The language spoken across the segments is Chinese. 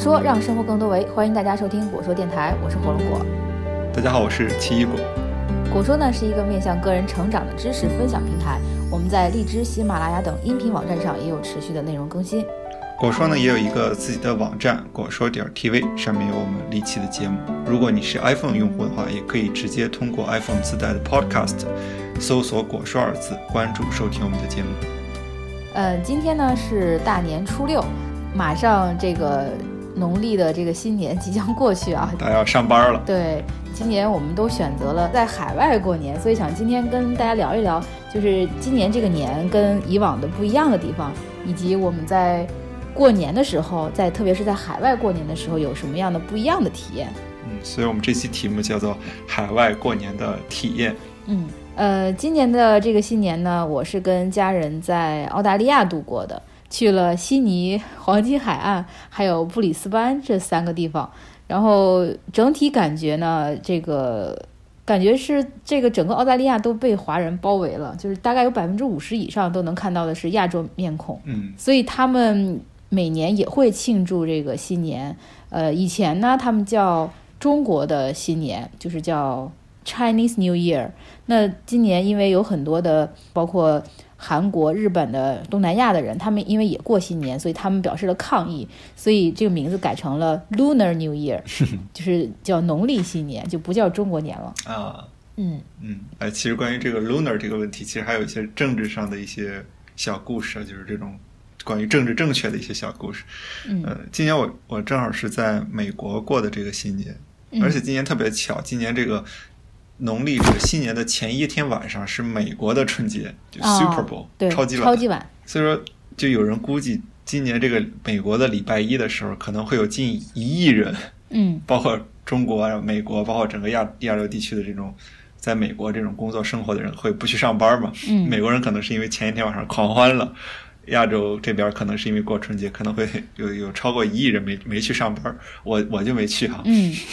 果说让生活更多维，欢迎大家收听果说电台，我是火龙果。 大家好，我是奇异果。 果说呢是一个面向个人成长的知识分享平台，我们在荔枝、喜马拉雅等音频网站上也有持续的内容更新。 果说呢也有一个自己的网站果说.tv， 上面有我们历期的节目。如果你是 iPhone 用户的话，也可以直接通过 iPhone 自带的 Podcast 搜索果说二字，关注收听我们的节目。 今天呢是大年初六，马上这个农历的这个新年即将过去啊， 大家要上班了。 对，今年我们都选择了在海外过年，所以想今天跟大家聊一聊，就是今年这个年跟以往的不一样的地方，以及我们在过年的时候，特别是在海外过年的时候有什么样的不一样的体验。 所以我们这期题目叫做海外过年的体验。 今年的这个新年呢，我是跟家人在澳大利亚度过的，去了悉尼、黄金海岸还有布里斯班这3个地方。然后整体感觉呢，感觉是这个整个澳大利亚都被华人包围了，就是大概有50%以上都能看到的是亚洲面孔。所以他们每年也会庆祝这个新年。以前呢他们叫中国的新年，就是叫 Chinese New Year。 那今年因为有很多的包括韩国、日本的东南亚的人，他们因为也过新年，所以他们表示了抗议，所以这个名字改成了 Lunar New Year 就是叫农历新年，就不叫中国年了啊。 其实关于这个 Lunar 这个问题，其实还有一些政治上的一些小故事，就是这种关于政治正确的一些小故事。今年我正好是在美国过的这个新年，而且今年特别巧，今年这个农历这个新年的前一天晚上是美国的春节，就 Super Bowl， 对，超级晚。 所以说就有人估计今年这个美国的礼拜一的时候可能会有近1亿人，包括中国、美国，包括整个亚洲地区的这种在美国这种工作生活的人会不去上班嘛。美国人可能是因为前一天晚上狂欢了，亚洲这边可能是因为过春节，可能会有超过1亿人没去上班，我就没去哈。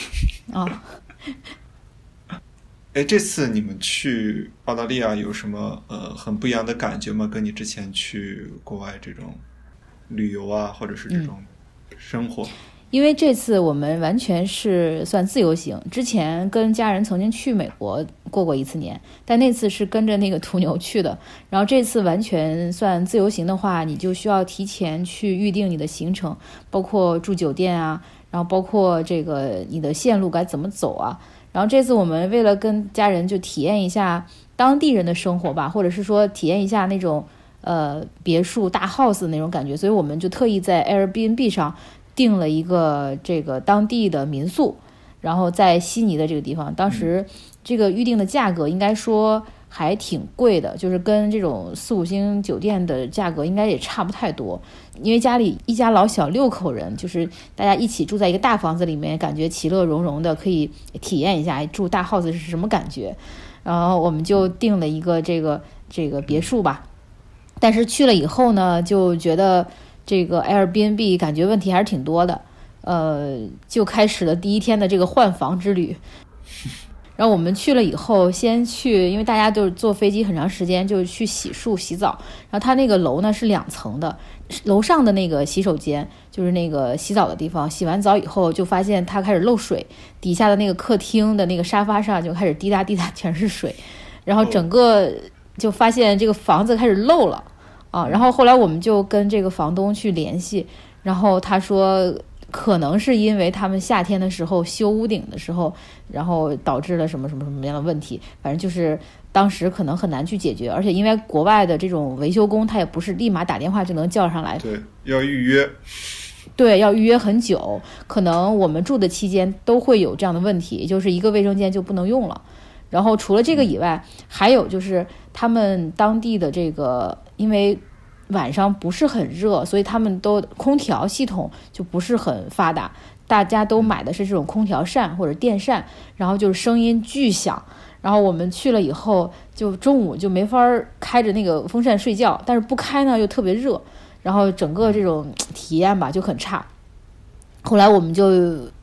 这次你们去澳大利亚有什么很不一样的感觉吗？跟你之前去国外这种旅游啊，或者是这种生活？ 因为这次我们完全是算自由行，之前跟家人曾经去美国过一次年，但那次是跟着那个途牛去的。然后这次完全算自由行的话，你就需要提前去预定你的行程，包括住酒店啊，然后包括这个你的线路该怎么走啊。然后这次我们为了跟家人就体验一下当地人的生活吧，或者是说体验一下那种别墅大 house 的那种感觉，所以我们就特意在 Airbnb 上订了一个这个当地的民宿，然后在悉尼的这个地方，当时这个预定的价格应该说还挺贵的，就是跟这种4、5星酒店的价格应该也差不太多。因为家里一家老小6口人，就是大家一起住在一个大房子里面，感觉其乐融融的，可以体验一下住大 house 是什么感觉。然后我们就订了一个这个别墅吧，但是去了以后呢，就觉得这个 Airbnb 感觉问题还是挺多的，就开始了第一天的这个换房之旅。然后我们去了以后，先去，因为大家都是坐飞机很长时间，就去洗漱洗澡。然后它那个楼呢是2层的，楼上的那个洗手间就是那个洗澡的地方，洗完澡以后就发现它开始漏水，底下的那个客厅的那个沙发上就开始滴答滴答全是水，然后整个就发现这个房子开始漏了啊。然后后来我们就跟这个房东去联系，然后他说可能是因为他们夏天的时候修屋顶的时候，然后导致了什么样的问题，反正就是当时可能很难去解决，而且因为国外的这种维修工他也不是立马打电话就能叫上来， 对，要预约， 对，要预约很久，可能我们住的期间都会有这样的问题，就是一个卫生间就不能用了。然后除了这个以外，还有就是他们当地的这个因为晚上不是很热，所以他们都空调系统就不是很发达，大家都买的是这种空调扇或者电扇，然后就是声音巨响。然后我们去了以后，就中午就没法开着那个风扇睡觉，但是不开呢又特别热，然后整个这种体验吧就很差。后来我们就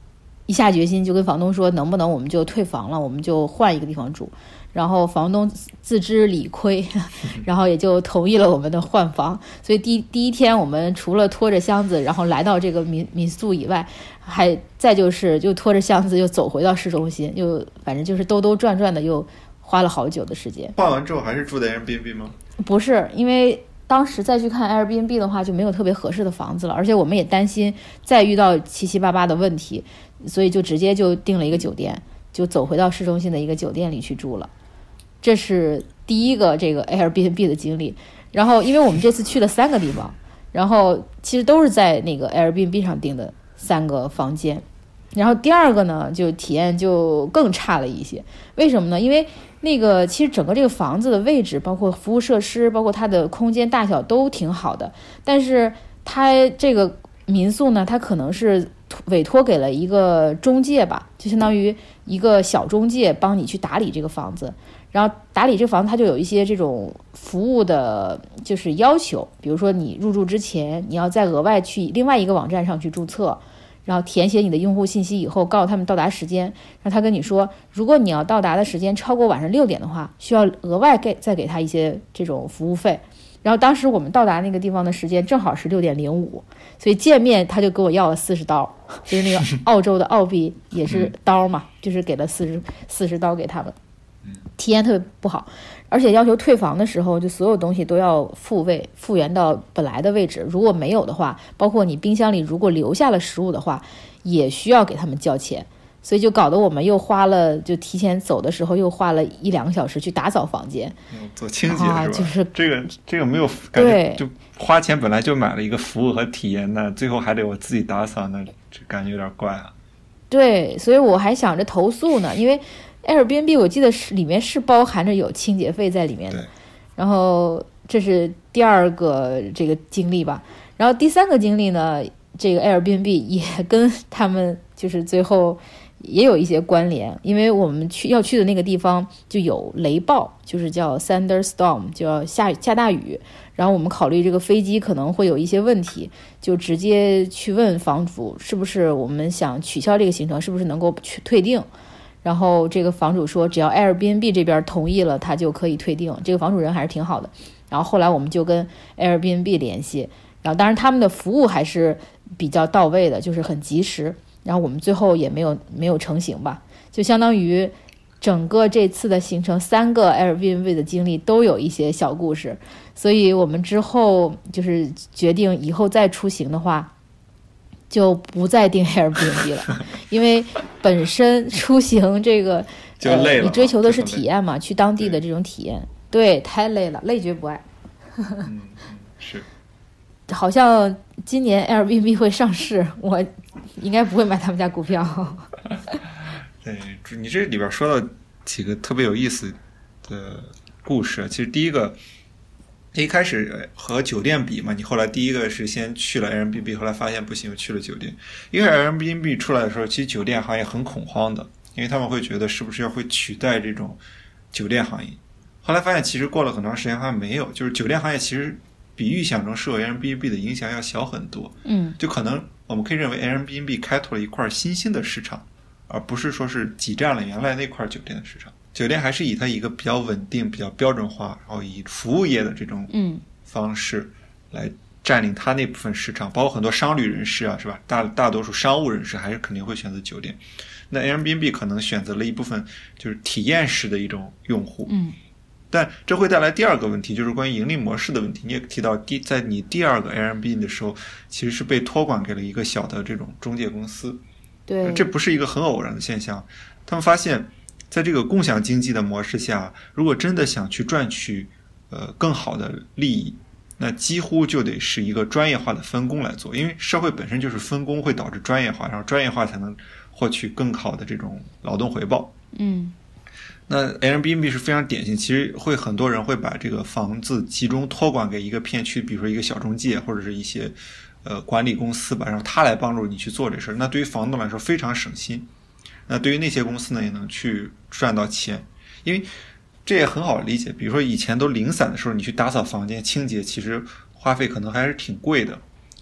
一下决心就跟房东说，能不能我们就退房了，我们就换一个地方住。然后房东自知理亏，然后也就同意了我们的换房。所以第一天我们除了拖着箱子然后来到这个民宿以外，还再就是就拖着箱子又走回到市中心，又反正就是兜兜转转的，又花了好久的时间。 换完之后还是住在 Airbnb 吗？ 不是，因为当时再去看 Airbnb 的话就没有特别合适的房子了，而且我们也担心再遇到七七八八的问题，所以就直接就订了一个酒店，就走回到市中心的一个酒店里去住了。这是第一个这个 Airbnb 的经历。然后因为我们这次去了3个地方，然后其实都是在那个 Airbnb 上订的3个房间。然后第二个呢就体验就更差了一些。为什么呢？因为那个其实整个这个房子的位置包括服务设施包括它的空间大小都挺好的，但是它这个民宿呢它可能是委托给了一个中介吧，就相当于一个小中介帮你去打理这个房子。然后打理这个房子它就有一些这种服务的就是要求，比如说你入住之前你要再额外去另外一个网站上去注册，然后填写你的用户信息以后告诉他们到达时间，然后他跟你说如果你要到达的时间超过晚上6点的话，需要额外再给他一些这种服务费。然后当时我们到达那个地方的时间正好是6点05，所以见面他就给我要了40刀，就是那个澳洲的澳币也是刀嘛，就是给了40刀给他们，体验特别不好。而且要求退房的时候就所有东西都要复原到本来的位置，如果没有的话，包括你冰箱里如果留下了食物的话也需要给他们交钱。所以就搞得我们又花了，就提前走的时候又花了1-2个小时去打扫房间， 做清洁是吧？ 就是这个没有感觉，就花钱本来就买了一个服务和体验，那最后还得我自己打扫，那这感觉有点怪啊。 对，所以我还想着投诉呢，因为 Airbnb 我记得里面是包含着有清洁费在里面的。然后这是第2个这个经历吧。然后第3个经历呢，这个 Airbnb 也跟他们就是最后也有一些关联，因为我们要去的那个地方就有雷暴，就是叫 thunderstorm， 就要下大雨。然后我们考虑这个飞机可能会有一些问题，就直接去问房主是不是我们想取消这个行程，是不是能够去退订。然后这个房主说只要 Airbnb 这边同意了他就可以退订，这个房主人还是挺好的。然后后来我们就跟 Airbnb 联系，然后当然他们的服务还是比较到位的，就是很及时。然后我们最后也没有成行吧，就相当于整个这次的行程3个 Airbnb 的经历都有一些小故事。所以我们之后就是决定以后再出行的话就不再订 Airbnb 了，因为本身出行这个就累了， 你追求的是体验嘛，去当地的这种体验，对，太累了，累绝不爱。 是。 好像今年 Airbnb 会上市，我应该不会买他们家股票。 对，你这里边说到几个特别有意思的故事。其实第一个一开始和酒店比嘛，你后来第一个是先去了 Airbnb， 后来发现不行又去了酒店。因为 Airbnb 出来的时候其实酒店行业很恐慌的，因为他们会觉得是不是要会取代这种酒店行业。后来发现其实过了很长时间还没有，就是酒店行业其实比预想中受 Airbnb 的影响要小很多。就可能我们可以认为 Airbnb 开拓了一块新兴的市场，而不是说是挤占了原来那块酒店的市场。酒店还是以它一个比较稳定比较标准化，然后以服务业的这种方式来占领它那部分市场，包括很多商旅人士啊，是吧？大多数商务人士还是肯定会选择酒店。那 Airbnb 可能选择了一部分就是体验式的一种用户。但这会带来第2个问题，就是关于盈利模式的问题。你也提到在你第2个 Airbnb 的时候其实是被托管给了一个小的这种中介公司。 对， 这不是一个很偶然的现象。他们发现在这个共享经济的模式下，如果真的想去赚取更好的利益，那几乎就得是一个专业化的分工来做。因为社会本身就是分工会导致专业化，然后专业化才能获取更好的这种劳动回报。那 Airbnb 是非常典型，其实会很多人会把这个房子集中托管给一个片区，比如说一个小中介或者是一些管理公司吧，然后他来帮助你去做这事。那对于房东来说非常省心，那对于那些公司呢也能去赚到钱。因为这也很好理解，比如说以前都零散的时候，你去打扫房间清洁其实花费可能还是挺贵的。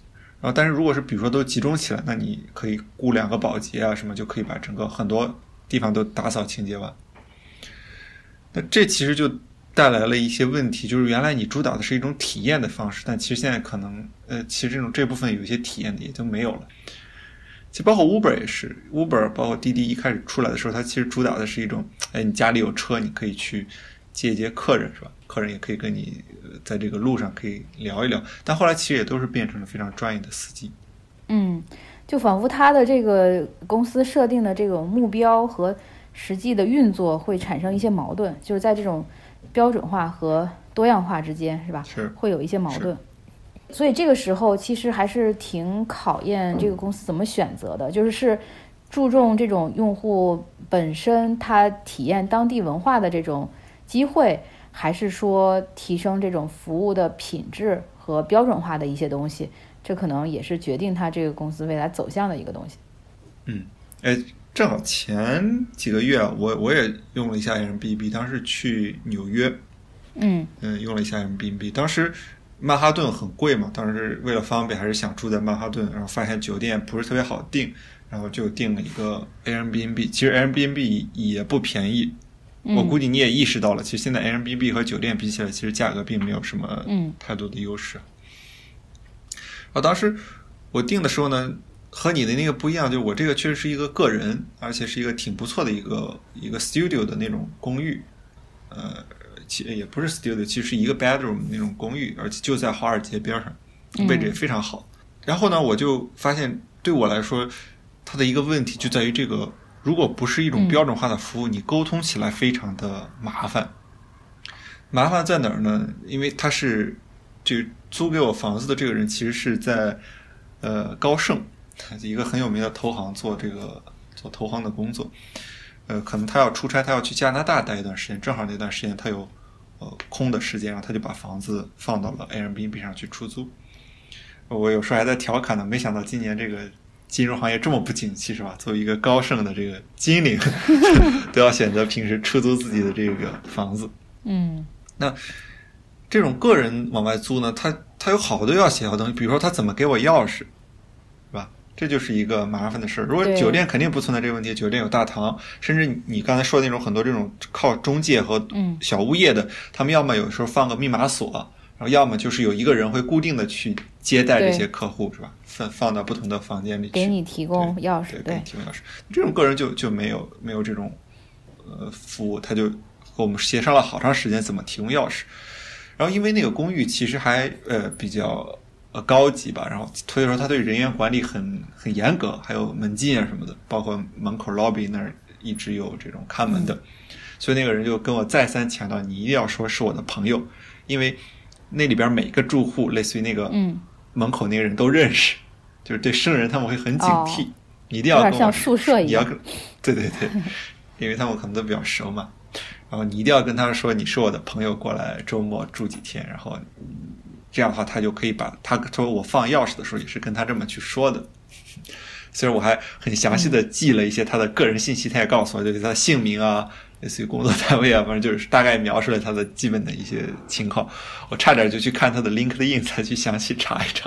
然后但是如果是比如说都集中起来，那你可以雇2个保洁啊什么，就可以把整个很多地方都打扫清洁完。那这其实就带来了一些问题，就是原来你主打的是一种体验的方式，但其实现在可能其实这部分有一些体验的也就没有了。其实包括 Uber 也是 ，Uber 包括滴滴一开始出来的时候，它其实主打的是一种，你家里有车，你可以去接一接客人，是吧？客人也可以跟你在这个路上可以聊一聊，但后来其实也都是变成了非常专业的司机。 就仿佛他的这个公司设定的这种目标和实际的运作会产生一些矛盾，就是在这种标准化和多样化之间，是吧？ 是会有一些矛盾。所以这个时候其实还是挺考验这个公司怎么选择的，就是注重这种用户本身他体验当地文化的这种机会，还是说提升这种服务的品质和标准化的一些东西，这可能也是决定他这个公司未来走向的一个东西。 正好前几个月我也用了一下 Airbnb， 当时去纽约，用了一下 Airbnb， 当时曼哈顿很贵嘛，当时为了方便还是想住在曼哈顿，然后发现酒店不是特别好订，然后就订了一个 Airbnb。其实 Airbnb 也不便宜，我估计你也意识到了，其实现在 Airbnb 和酒店比起来，其实价格并没有什么太多的优势。然后当时我订的时候呢，和你的那个不一样，就我这个确实是一个个人，而且是一个挺不错的一个 studio 的那种公寓，也不是 studio， 其实是一个 bedroom 那种公寓，而且就在华尔街边上，位置也非常好。然后呢，我就发现对我来说，它的一个问题就在于这个，如果不是一种标准化的服务，你沟通起来非常的麻烦。麻烦在哪儿呢？因为他是这个租给我房子的这个人，其实是在高盛，一个很有名的投行做投行的工作。可能他要出差，他要去加拿大待一段时间，正好那段时间他有空的时间，然后他就把房子放到了 Airbnb 上去出租。我有时候还在调侃呢，没想到今年这个金融行业这么不景气，是吧？作为一个高盛的这个金领都要选择平时出租自己的这个房子。那这种个人往外租呢，他有好多要写的东西，比如说他怎么给我钥匙，是吧？这就是一个麻烦的事儿。如果酒店肯定不存在这个问题，酒店有大堂，甚至你刚才说的那种很多这种靠中介和小物业的，他们要么有时候放个密码锁，然后要么就是有一个人会固定的去接待这些客户，是吧？放到不同的房间里去， 给你提供钥匙， 对，给你提供钥匙。这种个人就没有这种服务，他就和我们协商了好长时间怎么提供钥匙。然后因为那个公寓其实还比较高级吧，然后所以说他对人员管理很严格，还有门禁啊什么的，包括门口 lobby 那儿一直有这种看门的，所以那个人就跟我再三强调，你一定要说是我的朋友，因为那里边每个住户类似于那个门口那个人都认识，就是对生人他们会很警惕，你一定要跟我像宿舍一样， 对，因为他们可能都比较熟嘛，然后你一定要跟他说你是我的朋友，过来周末住几天，然后这样的话他就可以把他说我放钥匙的时候也是跟他这么去说的。虽然我还很详细的记了一些他的个人信息，他也告诉我就是他的姓名啊，类似于工作单位啊，反正就是大概描述了他的基本的一些情况，我差点就去看他的 LinkedIn 才去详细查一查。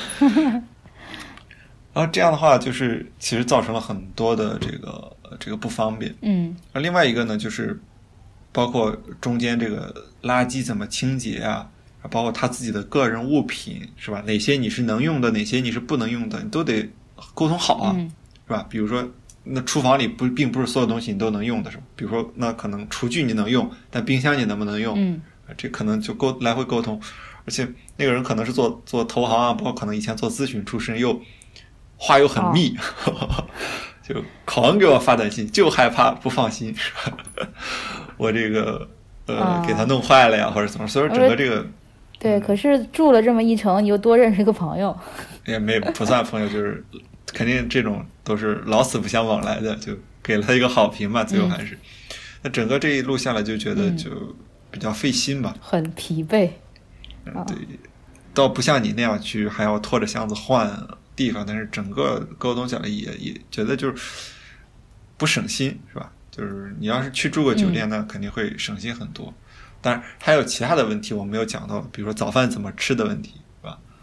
然后这样的话就是其实造成了很多的这个不方便。而另外一个呢，就是包括中间这个垃圾怎么清洁啊，包括他自己的个人物品，是吧？哪些你是能用的，哪些你是不能用的，你都得沟通好啊，是吧？比如说那厨房里并不是所有东西你都能用的，是吧？比如说那可能厨具你能用，但冰箱你能不能用？这可能就来回沟通。而且那个人可能是做投行啊，包括可能以前做咨询出身，话又很密，就狂给我发短信，就害怕不放心，是吧？我这个给他弄坏了呀，或者怎么？所以说整个这个对，可是住了这么一程，你又多认识一个朋友， 也不算朋友，就是肯定这种都是老死不相往来的，就给了他一个好评嘛，最后还是。那整个这一路下来就觉得就比较费心吧， 很疲惫。 对，倒不像你那样去还要拖着箱子换地方，但是整个沟通下来也觉得就是不省心，是吧？就是你要是去住个酒店呢，肯定会省心很多。当然还有其他的问题我没有讲到，比如说早饭怎么吃的问题，是吧？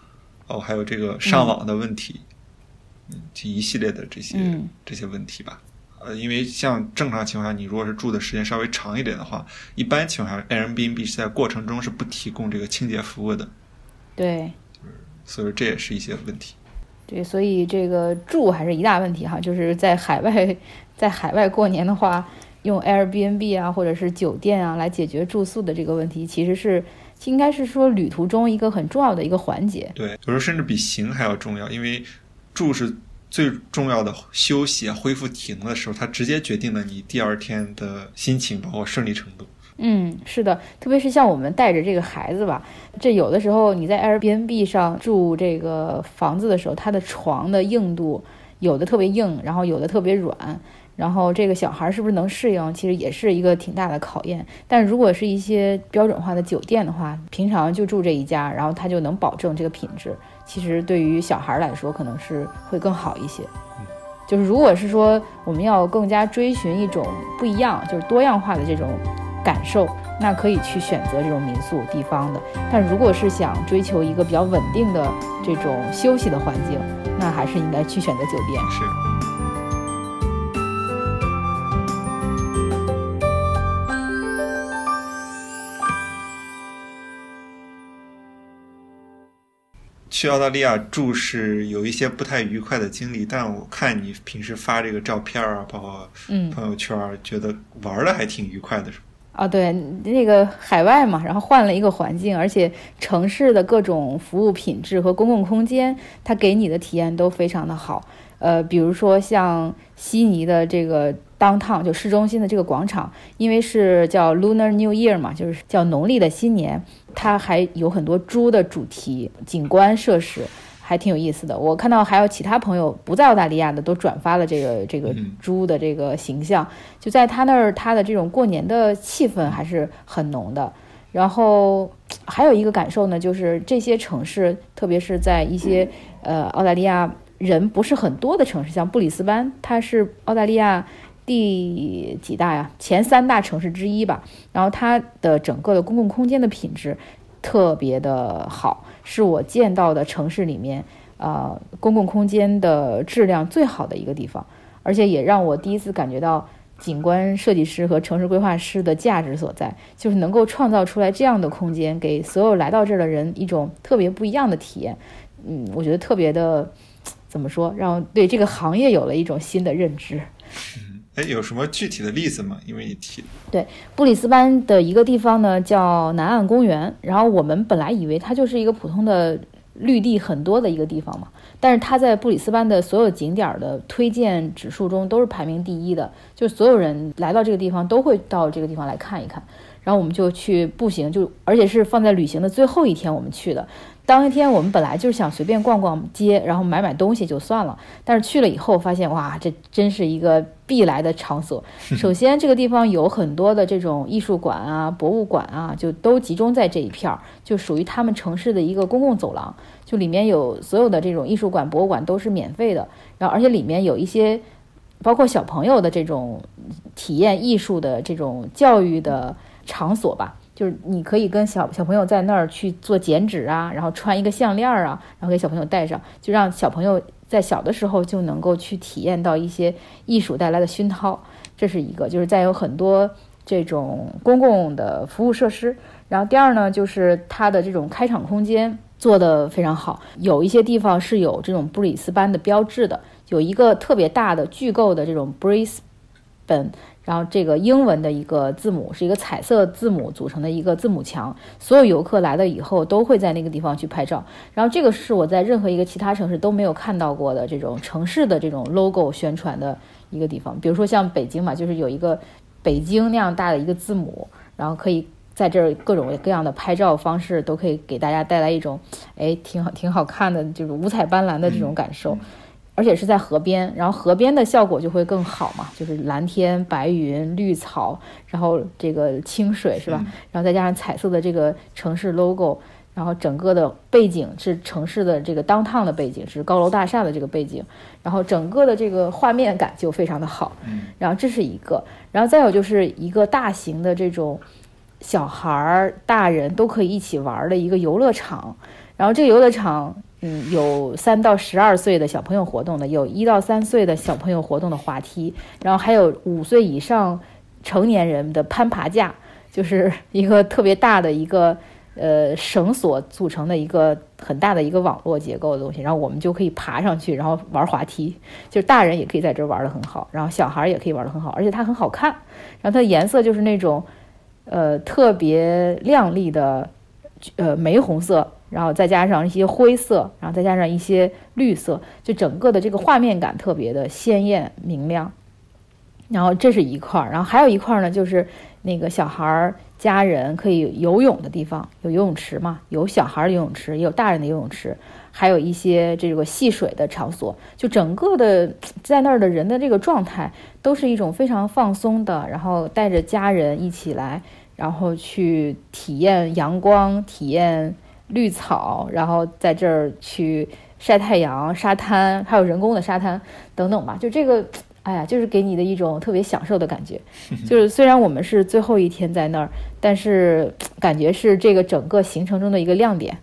还有这个上网的问题，这一系列的这些问题吧。因为像正常情况下，你如果是住的时间稍微长一点的话，一般情况下 Airbnb 是在过程中是不提供这个清洁服务的。 对， 所以这也是一些问题。 对，所以这个住还是一大问题哈，就是在海外过年的话，用 Airbnb 啊或者是酒店啊来解决住宿的这个问题，其实应该是说旅途中一个很重要的一个环节。 对，有时候甚至比行还要重要，因为住是最重要的休息恢复体能的时候，它直接决定了你第二天的心情包括顺利程度。 是的，特别是像我们带着这个孩子吧，这有的时候你在 Airbnb 上住这个房子的时候，它的床的硬度有的特别硬，然后有的特别软，然后这个小孩是不是能适应，其实也是一个挺大的考验。但如果是一些标准化的酒店的话，平常就住这一家，然后他就能保证这个品质，其实对于小孩来说可能是会更好一些。就是如果是说我们要更加追寻一种不一样，就是多样化的这种感受，那可以去选择这种民宿地方的。但如果是想追求一个比较稳定的这种休息的环境，那还是应该去选择酒店。 是。去澳大利亚住是有一些不太愉快的经历，但我看你平时发这个照片啊，包括朋友圈，觉得玩的还挺愉快的，是吧？ 对，那个海外嘛，然后换了一个环境，而且城市的各种服务品质和公共空间，它给你的体验都非常的好。比如说像悉尼的这个 downtown 就市中心的这个广场，因为是叫 Lunar New Year 嘛，就是叫农历的新年，它还有很多猪的主题景观设施，还挺有意思的。我看到还有其他朋友不在澳大利亚的都转发了这个猪的这个形象，就在他那儿，他的这种过年的气氛还是很浓的。然后还有一个感受呢，就是这些城市，特别是在一些澳大利亚人不是很多的城市，像布里斯班，它是澳大利亚第几大呀？前3大城市之一吧。然后它的整个的公共空间的品质特别的好，是我见到的城市里面公共空间的质量最好的一个地方，而且也让我第一次感觉到景观设计师和城市规划师的价值所在，就是能够创造出来这样的空间，给所有来到这儿的人一种特别不一样的体验。我觉得特别的怎么说，让对这个行业有了一种新的认知。 有什么具体的例子吗？因为你提对布里斯班的一个地方呢叫南岸公园，然后我们本来以为它就是一个普通的绿地很多的一个地方嘛，但是它在布里斯班的所有景点的推荐指数中都是排名第1的，就是所有人来到这个地方都会到这个地方来看一看。然后我们就去步行，而且是放在旅行的最后一天我们去的。当一天我们本来就是想随便逛逛街，然后买东西就算了，但是去了以后发现，哇，这真是一个必来的场所。首先这个地方有很多的这种艺术馆啊、博物馆啊，就都集中在这一片，就属于他们城市的一个公共走廊，就里面有所有的这种艺术馆、博物馆都是免费的，然后而且里面有一些包括小朋友的这种体验艺术的这种教育的场所吧，就是你可以跟小朋友在那儿去做剪纸啊，然后穿一个项链啊，然后给小朋友戴上，就让小朋友在小的时候就能够去体验到一些艺术带来的熏陶。这是一个，就是再有很多这种公共的服务设施。然后第二呢，就是它的这种开场空间做得非常好，有一些地方是有这种布里斯班的标志的，有一个特别大的巨构的这种 Brisbane，然后这个英文的一个字母是一个彩色字母组成的一个字母墙，所有游客来了以后都会在那个地方去拍照。然后这个是我在任何一个其他城市都没有看到过的这种城市的这种 logo 宣传的一个地方。比如说像北京嘛，就是有一个北京那样大的一个字母，然后可以在这儿各种各样的拍照方式都可以给大家带来一种挺好看的，就是五彩斑斓的这种感受。而且是在河边，然后河边的效果就会更好嘛，就是蓝天白云绿草，然后这个清水是吧，然后再加上彩色的这个城市 logo， 然后整个的背景是城市的这个 downtown 的背景，是高楼大厦的这个背景，然后整个的这个画面感就非常的好。然后这是一个，然后再有就是一个大型的这种小孩大人都可以一起玩的一个游乐场。然后这个游乐场有3到12岁的小朋友活动的，有1到3岁的小朋友活动的滑梯，然后还有5岁以上成年人的攀爬架，就是一个特别大的一个绳索组成的一个很大的一个网络结构的东西，然后我们就可以爬上去，然后玩滑梯，就是大人也可以在这玩得很好，然后小孩也可以玩得很好，而且它很好看，然后它的颜色就是那种特别亮丽的玫红色，然后再加上一些灰色，然后再加上一些绿色，就整个的这个画面感特别的鲜艳明亮。然后这是一块，然后还有一块呢，就是那个小孩家人可以游泳的地方，有游泳池嘛，有小孩的游泳池，也有大人的游泳池，还有一些这个戏水的场所，就整个的在那儿的人的这个状态都是一种非常放松的，然后带着家人一起来，然后去体验阳光，体验绿草，然后在这儿去晒太阳，沙滩还有人工的沙滩等等吧，就这个哎呀，就是给你的一种特别享受的感觉。就是虽然我们是最后一天在那儿，但是感觉是这个整个行程中的一个亮点。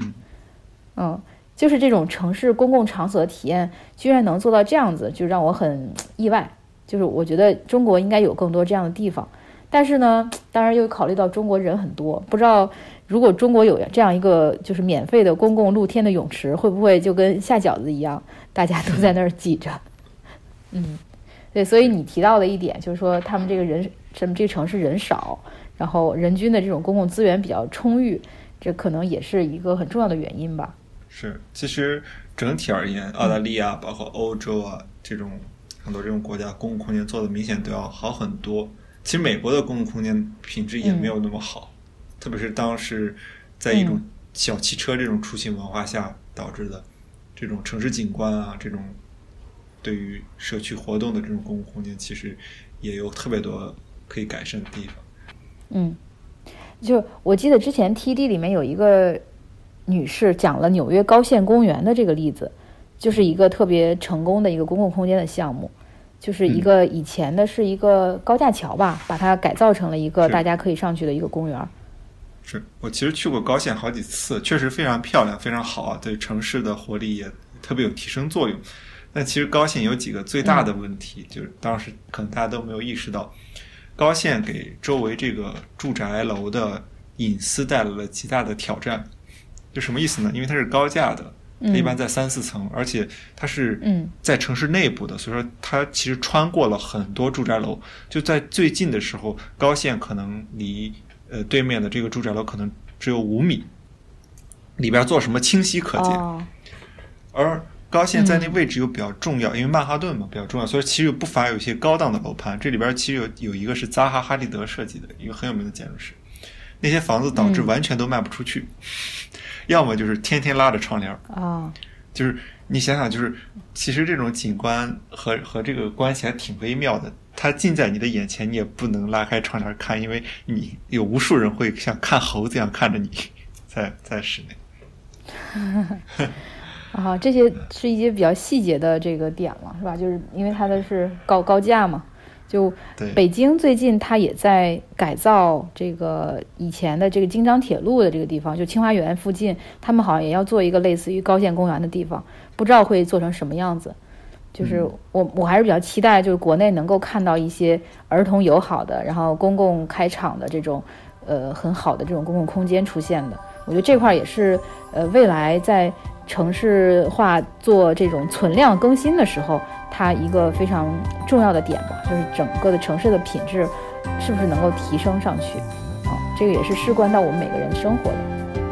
就是这种城市公共场所的体验居然能做到这样子，就让我很意外。就是我觉得中国应该有更多这样的地方，但是呢，当然又考虑到中国人很多，不知道如果中国有这样一个就是免费的公共露天的泳池，会不会就跟下饺子一样，大家都在那儿挤着。对，所以你提到的一点就是说，他们这个城市人少，然后人均的这种公共资源比较充裕，这可能也是一个很重要的原因吧。 是，其实整体而言，澳大利亚包括欧洲啊，这种很多这种国家公共空间做的明显都要好很多。其实美国的公共空间品质也没有那么好，特别是当时在一种小汽车这种出行文化下导致的这种城市景观啊，这种对于社区活动的这种公共空间，其实也有特别多可以改善的地方。 就我记得之前 TD 里面有一个女士讲了纽约高线公园的这个例子，就是一个特别成功的一个公共空间的项目，就是一个以前的是一个高架桥吧，把它改造成了一个大家可以上去的一个公园。 是，我其实去过高线好几次，确实非常漂亮，非常好啊，对城市的活力也特别有提升作用。但其实高线有几个最大的问题，就是当时可能大家都没有意识到，高线给周围这个住宅楼的隐私带来了极大的挑战。就什么意思呢？因为它是高架的，它一般在3、4层，而且它是在城市内部的，所以说它其实穿过了很多住宅楼。就在最近的时候，高线可能离对面的这个住宅楼可能只有5米，里边做什么清晰可见。而高线在那位置又比较重要，因为曼哈顿嘛比较重要，所以其实不乏有一些高档的楼盘。这里边其实有一个是扎哈·哈利德设计的一个很有名的建筑师，那些房子导致完全都卖不出去，要么就是天天拉着窗帘。就是你想想，就是其实这种景观和这个关系还挺微妙的。它近在你的眼前，你也不能拉开窗帘看，因为你有无数人会像看猴子一样看着你在室内。 这些是一些比较细节的这个点了，是吧？就是因为它的是高架嘛。就北京最近它也在改造这个以前的这个京张铁路的这个地方，就清华园附近，他们好像也要做一个类似于高线公园的地方，不知道会做成什么样子。就是我还是比较期待，就是国内能够看到一些儿童友好的，然后公共开场的这种很好的这种公共空间出现的。我觉得这块也是未来在城市化做这种存量更新的时候，它一个非常重要的点吧，就是整个的城市的品质是不是能够提升上去这个也是事关到我们每个人生活的。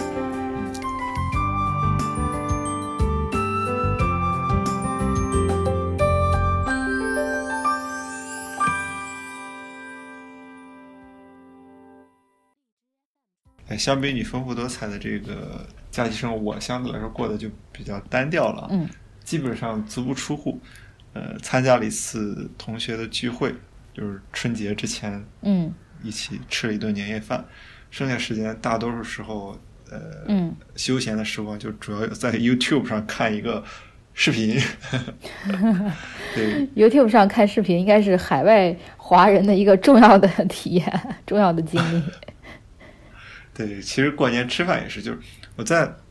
相比你丰富多彩的这个假期生活，我相对来说过得就比较单调了。基本上足不出户。参加了一次同学的聚会，就是春节之前，一起吃了一顿年夜饭。剩下时间大多数时候，休闲的时光就主要在 YouTube 上看一个视频。对 ，YouTube 上看视频应该是海外华人的一个重要的体验，重要的经历。 对，其实过年吃饭也是，就是我在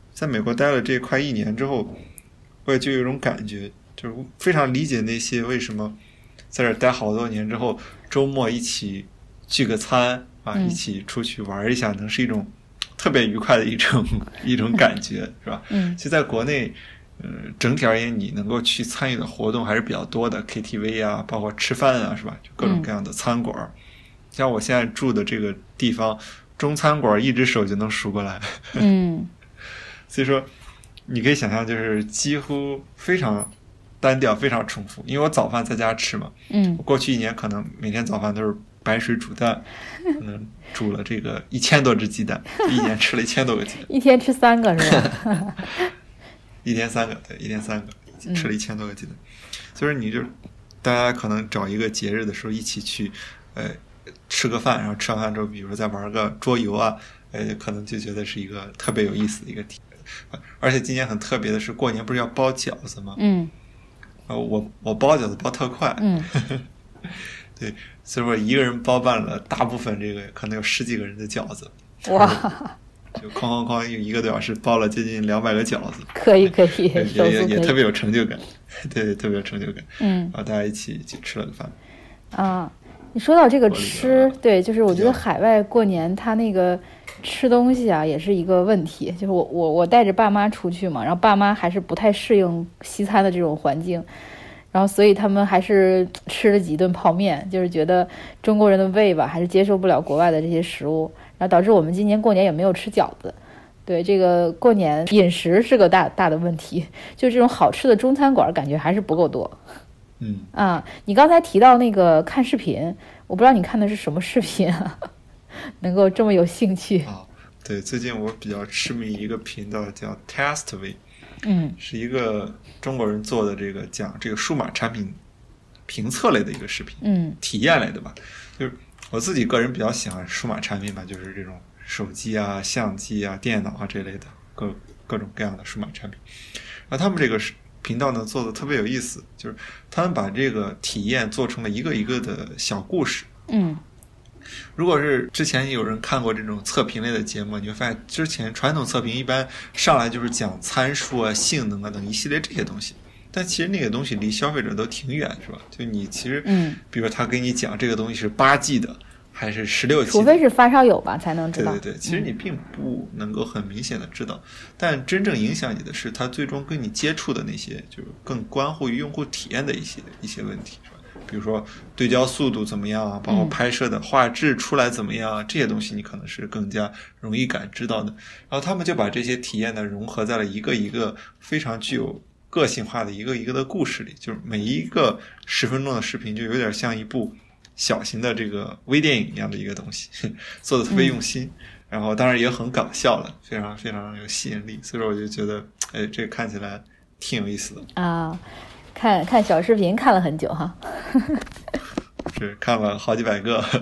在美国待了这快1年之后，我也就有一种感觉，就是非常理解那些为什么在这待好多年之后，周末一起聚个餐啊，一起出去玩一下，能是一种特别愉快的一种感觉，是吧？就在国内，整体而言，你能够去参与的活动还是比较多的 ，KTV 啊，包括吃饭啊，是吧？就各种各样的餐馆。像我现在住的这个地方，中餐馆一只手就能数过来。所以说，你可以想象，就是几乎非常单调，非常重复。因为我早饭在家吃嘛，我过去1年可能每天早饭都是白水煮蛋，可能煮了这个1000多只鸡蛋，1年吃了1000多个鸡蛋， 一天吃3个是吧？ 一天3个，对，一天3个，吃了1000多个鸡蛋。所以你就大家可能找一个节日的时候一起去，吃个饭，然后吃完饭之后，比如说再玩个桌游啊，可能就觉得是一个特别有意思的一个体验。而且今年很特别的是，过年不是要包饺子吗？我包饺子包特快，对，所以说一个人包办了大部分这个可能有10几个人的饺子， 哇， 就哐用1个多小时包了接近200个饺子， 可以， 也特别有成就感，对，特别有成就感，然后大家一起去吃了个饭啊。你说到这个吃，对，就是我觉得海外过年他那个吃东西啊，也是一个问题。就是我带着爸妈出去嘛，然后爸妈还是不太适应西餐的这种环境，然后所以他们还是吃了几顿泡面，就是觉得中国人的胃吧，还是接受不了国外的这些食物，然后导致我们今年过年也没有吃饺子。对，这个过年饮食是个大的问题，就这种好吃的中餐馆感觉还是不够多。你刚才提到那个看视频，我不知道你看的是什么视频啊，能够这么有兴趣对，最近我比较痴迷一个频道叫 Testway，是一个中国人做的这个讲这个数码产品评测类的一个视频，体验类的吧。就是我自己个人比较喜欢数码产品吧，就是这种手机啊、相机啊、电脑啊这类的各种各样的数码产品。然后他们这个频道呢做的特别有意思，就是他们把这个体验做成了一个一个的小故事。如果是之前有人看过这种测评类的节目，你会发现之前传统测评一般上来就是讲参数啊、性能啊等一系列这些东西，但其实那个东西离消费者都挺远，是吧？就你其实，比如他跟你讲这个东西是8G 的还是16G 的， 除非是发烧友吧才能知道。 对，其实你并不能够很明显的知道，但真正影响你的是他最终跟你接触的那些，就是更关乎于用户体验的一些问题，是吧？比如说对焦速度怎么样啊，包括拍摄的画质出来怎么样啊，这些东西你可能是更加容易感知到的。然后他们就把这些体验呢融合在了一个一个非常具有个性化的一个一个的故事里，就是每一个10分钟的视频就有点像一部小型的这个微电影一样的一个东西，做的特别用心，然后当然也很搞笑了，非常非常有吸引力，所以说我就觉得，这个看起来挺有意思的啊。看小视频看了很久哈， 是看了好几百个。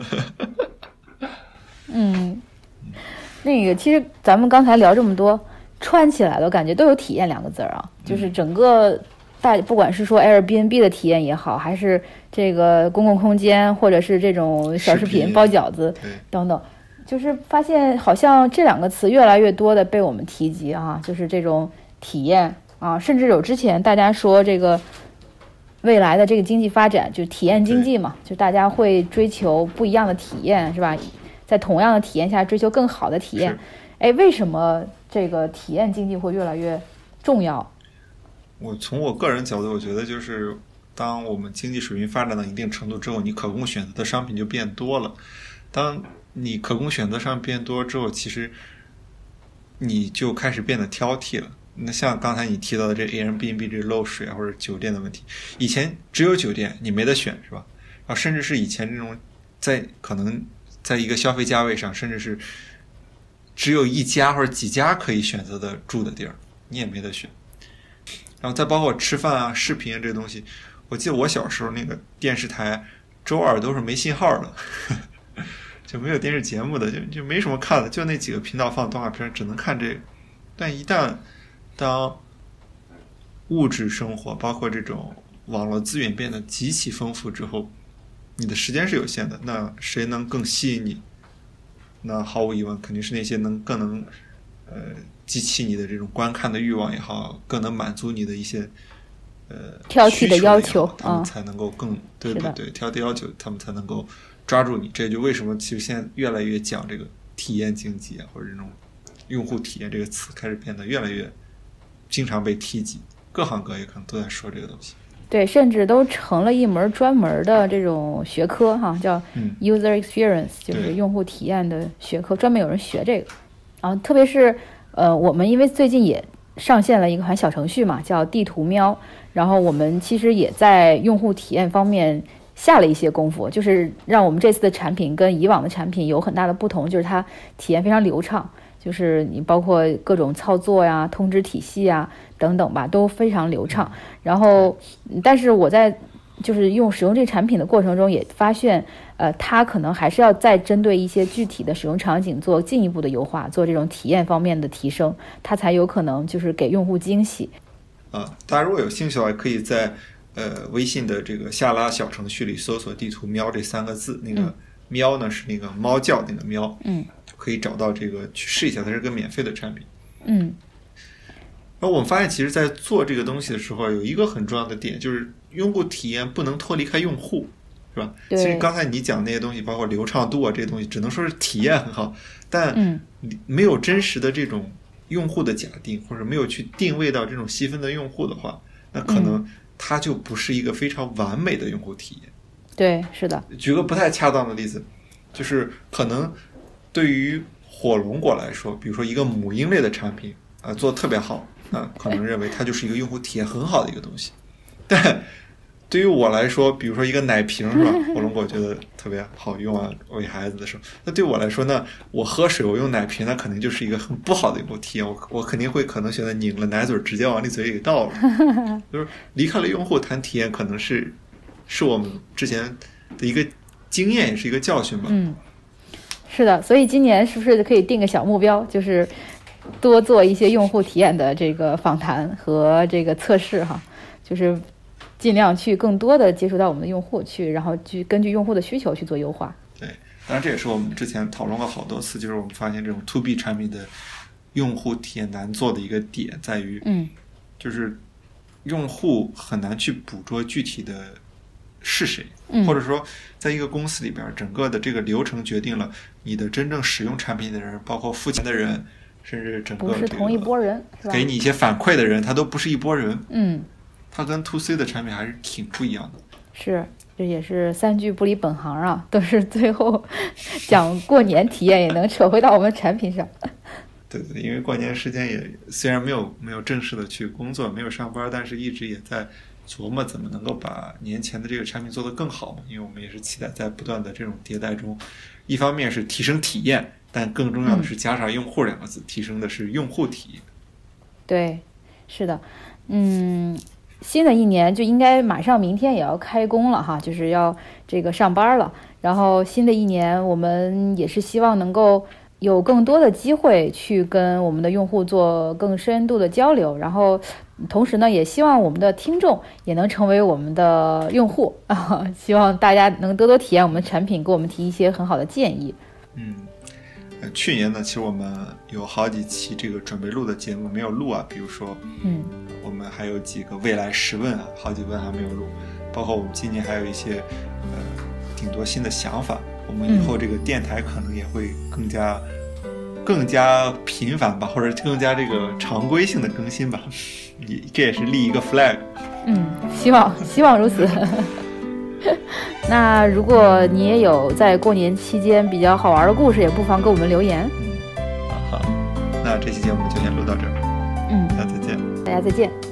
那个其实咱们刚才聊这么多，串起来了，感觉都有体验2个字啊，就是整个不管是说 Airbnb 的体验也好，还是这个公共空间，或者是这种小视频包饺子等等，就是发现好像这2个词越来越多的被我们提及啊，就是这种体验啊，甚至有之前大家说这个未来的这个经济发展就体验经济嘛，就大家会追求不一样的体验，是吧？在同样的体验下追求更好的体验。为什么这个体验经济会越来越重要？ 从我个人角度，我觉得就是当我们经济水平发展到一定程度之后，你可供选择的商品就变多了。当你可供选择商品变多之后，其实你就开始变得挑剔了。那像刚才你提到的这 Airbnb 这漏水啊，或者酒店的问题，以前只有酒店你没得选，是吧？然后甚至是以前这种可能在一个消费价位上，甚至是只有1家或者几家可以选择的住的地儿，你也没得选。然后再包括吃饭啊、视频啊这东西，我记得我小时候那个电视台周2都是没信号的，就没有电视节目的，就没什么看的，就那几个频道放动画片，只能看这个。但一旦当物质生活包括这种网络资源变得极其丰富之后，你的时间是有限的，那谁能更吸引你？那毫无疑问肯定是那些更能激起你的这种观看的欲望也好，更能满足你的一些挑剔的要求， 他们才能够更对挑剔要求，他们才能够抓住你。这就为什么其实现在越来越讲这个体验经济啊，或者这种用户体验这个词开始变得越来越经常被提及，各行各业可能都在说这个东西。 对，甚至都成了一门专门的这种学科哈，叫 user experience，就是用户体验的学科，专门有人学这个。然后特别是我们因为最近也上线了一款小程序嘛，叫地图喵，然后我们其实也在用户体验方面下了一些功夫，就是让我们这次的产品跟以往的产品有很大的不同，就是它体验非常流畅，就是你包括各种操作呀、通知体系呀等等吧，都非常流畅。然后但是我在就是使用这个产品的过程中也发现它可能还是要再针对一些具体的使用场景做进一步的优化，做这种体验方面的提升，它才有可能就是给用户惊喜。 大家如果有兴趣的话，可以在微信的这个下拉小程序里搜索地图喵这3个字，那个喵呢是那个猫叫那个喵，可以找到这个去试一下，它是个免费的产品。然后我们发现其实在做这个东西的时候有一个很重要的点，就是用户体验不能脱离开用户，是吧？其实刚才你讲那些东西包括流畅度啊，这些东西只能说是体验很好，但没有真实的这种用户的假定，或者没有去定位到这种细分的用户的话，那可能它就不是一个非常完美的用户体验。 对，是的。 举个不太恰当的例子，就是可能对于火龙果来说，比如说一个母婴类的产品做得特别好，可能认为它就是一个用户体验很好的一个东西。但对于我来说，比如说一个奶瓶是吧，火龙果觉得特别好用啊，喂孩子的时候，那对我来说呢，我喝水我用奶瓶，那肯定就是一个很不好的用户体验，我肯定会可能选择拧了奶嘴直接往你嘴里给倒了。就是离开了用户谈体验，可能是我们之前的一个经验，也是一个教训吧。 是的，所以今年是不是可以定个小目标，就是多做一些用户体验的这个访谈和这个测试哈，就是尽量去更多的接触到我们的用户去，然后去根据用户的需求去做优化。 对，当然这也是我们之前讨论过好多次，就是我们发现这种 to B 产品的用户体验难做的一个点在于，就是用户很难去捕捉具体的是谁，或者说在一个公司里边，整个的这个流程决定了你的真正使用产品的人，包括付钱的人，甚至整个不是同一拨人，是吧？ 给你一些反馈的人，他都不是一拨人。它跟 to C 的产品还是挺不一样的。 是，这也是3句不离本行啊，都是最后讲过年体验也能扯回到我们产品上。 对，因为过年时间也虽然没有正式的去工作，没有上班，但是一直也在琢磨怎么能够把年前的这个产品做得更好嘛。因为我们也是期待在不断的这种迭代中，一方面是提升体验，但更重要的是加上用户2个字，提升的是用户体验。 对，是的，新的一年就应该马上明天也要开工了哈，就是要这个上班了。然后新的一年我们也是希望能够有更多的机会去跟我们的用户做更深度的交流，然后同时呢也希望我们的听众也能成为我们的用户希望大家能多多体验我们的产品，给我们提一些很好的建议。 去年呢其实我们有好几期这个准备录的节目没有录啊，比如说我们还有几个未来10问啊，好几问还没有录，包括我们今年还有一些挺多新的想法，我们以后这个电台可能也会更加频繁吧，或者更加这个常规性的更新吧，这也是立一个 flag。 希望如此。那如果你也有在过年期间比较好玩的故事，也不妨给我们留言。 好，那这期节目就先录到这儿。大家再见。